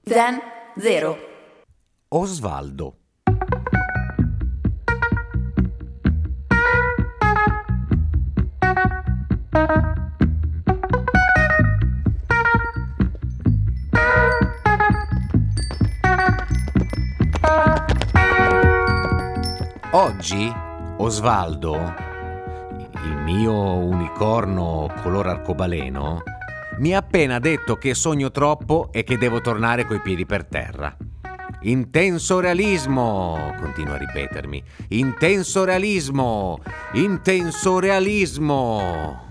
Zen Zero. Osvaldo. Oggi Osvaldo, il mio unicorno color arcobaleno, mi ha appena detto che sogno troppo e che devo tornare coi piedi per terra. Intenso realismo, continua a ripetermi. Intenso realismo, intenso realismo.